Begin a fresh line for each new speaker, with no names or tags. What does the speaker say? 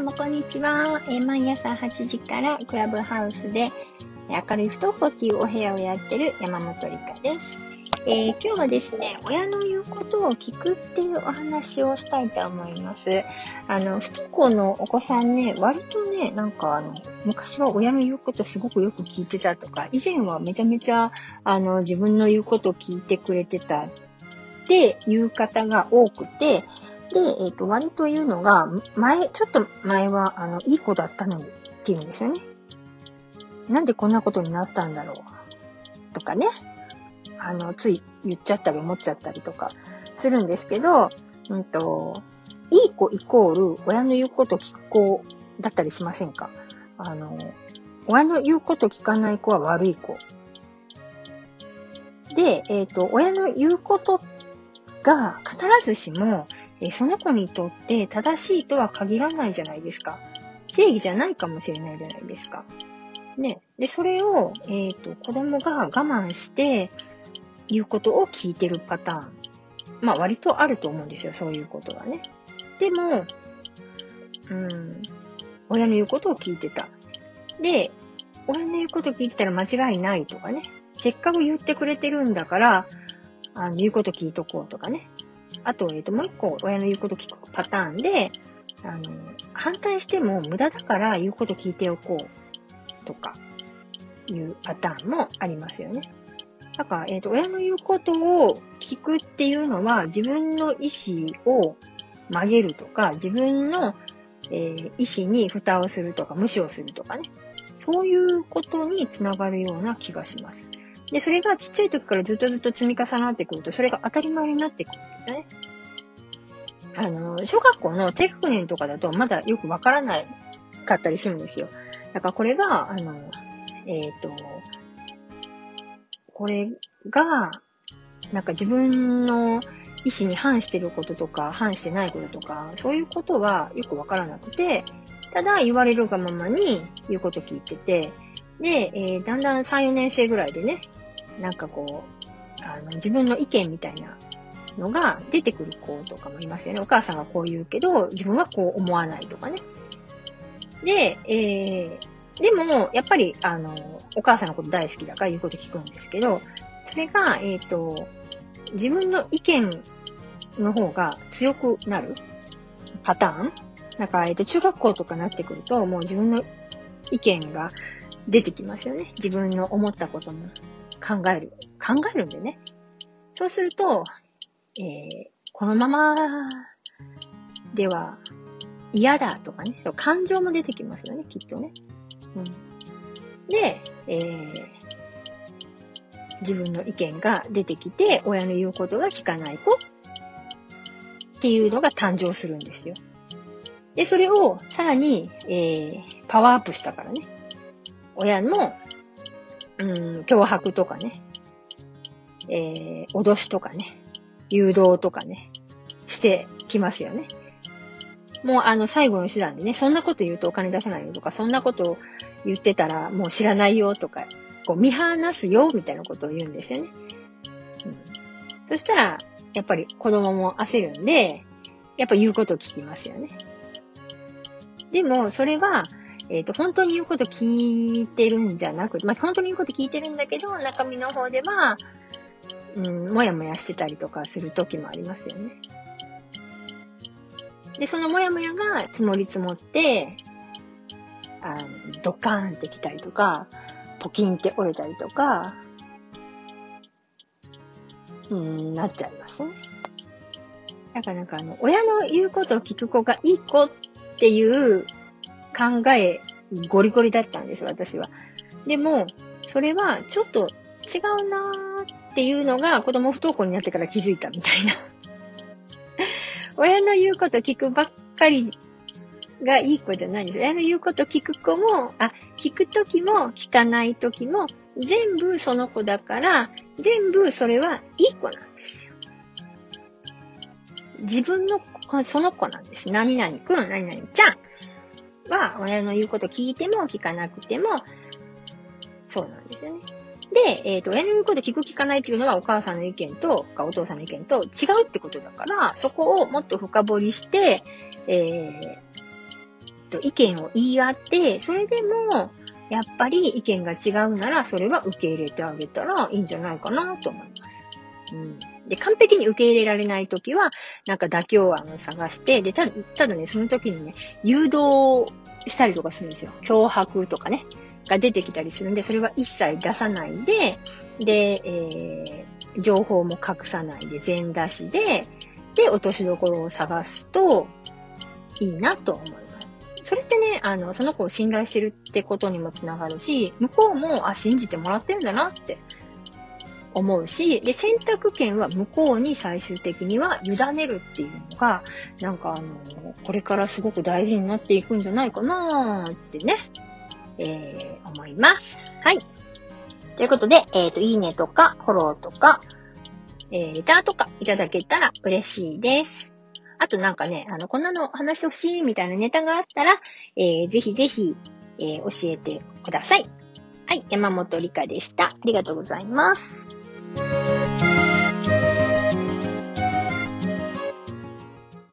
もこんにちは。毎朝8時からクラブハウスで明るい不登校っていうお部屋をやってる山本理香です。今日はですね、親の言うことを聞くっていうお話をしたいと思います。不登校のお子さんね、割とね、昔は親の言うことすごくよく聞いてたとか、以前はめちゃめちゃ、自分の言うことを聞いてくれてたっていう方が多くて、で、割と言うのが、ちょっと前は、いい子だったのにっていうんですよね。なんでこんなことになったんだろうとかね。つい言っちゃったり思っちゃったりとかするんですけど、いい子イコール親の言うこと聞く子だったりしませんか？親の言うこと聞かない子は悪い子。で、親の言うことが必ずしも、その子にとって正しいとは限らないじゃないですか。正義じゃないかもしれないじゃないですか。ね。で、それを、子供が我慢して言うことを聞いてるパターン。まあ、割とあると思うんですよ。そういうことはね。でも、親の言うことを聞いてた。で、親の言うこと聞いてたら間違いないとかね。せっかく言ってくれてるんだから、言うこと聞いとこうとかね。あと、もう一個、親の言うこと聞くパターンで、反対しても無駄だから言うこと聞いておこうとかいうパターンもありますよね。だから、親の言うことを聞くっていうのは自分の意思を曲げるとか、自分の、意思に蓋をするとか、無視をするとかね。そういうことにつながるような気がします。で、それがちっちゃい時からずっと積み重なってくると、それが当たり前になってくるんですよね。小学校の低学年とかだとまだよくわからないかったりするんですよ。だからこれが、これが、自分の意思に反してることとか、反してないこととか、そういうことはよくわからなくて、ただ言われるがままに言うこと聞いてて、で、だんだん3、4年生ぐらいでね、自分の意見みたいなのが出てくる子とかもいますよね。お母さんがこう言うけど、自分はこう思わないとかね。で、でも、やっぱり、お母さんのこと大好きだから言うこと聞くんですけど、それが、自分の意見の方が強くなるパターン？中学校とかなってくると、もう自分の意見が出てきますよね。自分の思ったことも考えるんでね。そうすると、このままでは嫌だとかね、感情も出てきますよね、きっとね。で、自分の意見が出てきて、親の言うことが聞かない子っていうのが誕生するんですよ。で、それをさらに、パワーアップしたからね。親の、脅迫とかね、脅しとかね、誘導とかね、してきますよね。もう最後の手段でね、そんなこと言うとお金出さないよとか、そんなこと言ってたらもう知らないよとか、こう見放すよみたいなことを言うんですよね。そしたら、やっぱり子供も焦るんで、やっぱ言うことを聞きますよね。でも、それは、本当に言うこと聞いてるんじゃなくて、本当に言うこと聞いてるんだけど、中身の方では、もやもやしてたりとかする時もありますよね。で、そのもやもやが積もり積もって、ドカーンってきたりとか、ポキンって折れたりとか、なっちゃいますね。だから親の言うことを聞く子がいい子っていう考え、ゴリゴリだったんです、私は。でも、それはちょっと違うなーっていうのが子供不登校になってから気づいたみたいな。親の言うこと聞くばっかりがいい子じゃないんです。親の言うこと聞く子も、聞くときも聞かないときも、全部その子だから、全部それはいい子なんですよ。自分のその子なんです。何々くん、何々ちゃんは、親の言うこと聞いても聞かなくても、そうなんですよね。で、親の言うこと聞く聞かないっていうのはお母さんの意見とかお父さんの意見と違うってことだから、そこをもっと深掘りして、 意見を言い合って、それでも、やっぱり意見が違うなら、それは受け入れてあげたらいいんじゃないかなと思います。で、完璧に受け入れられないときは、なんか妥協案を探して、で、ただね、その時にね、誘導したりとかするんですよ。脅迫とかね、が出てきたりするんで、それは一切出さないで、で、情報も隠さないで、全出しで、落としどころを探すといいなと思います。それってね、その子を信頼してるってことにもつながるし、向こうも、信じてもらってるんだなって思うし、で、選択権は向こうに最終的には委ねるっていうのが、なんかこれからすごく大事になっていくんじゃないかなーってね、思います。はい。ということで、いいねとか、フォローとか、レターとかいただけたら嬉しいです。あとなんかね、こんなの話してほしいみたいなネタがあったら、ぜひぜひ、教えてください。はい、山本理香でした。ありがとうございます。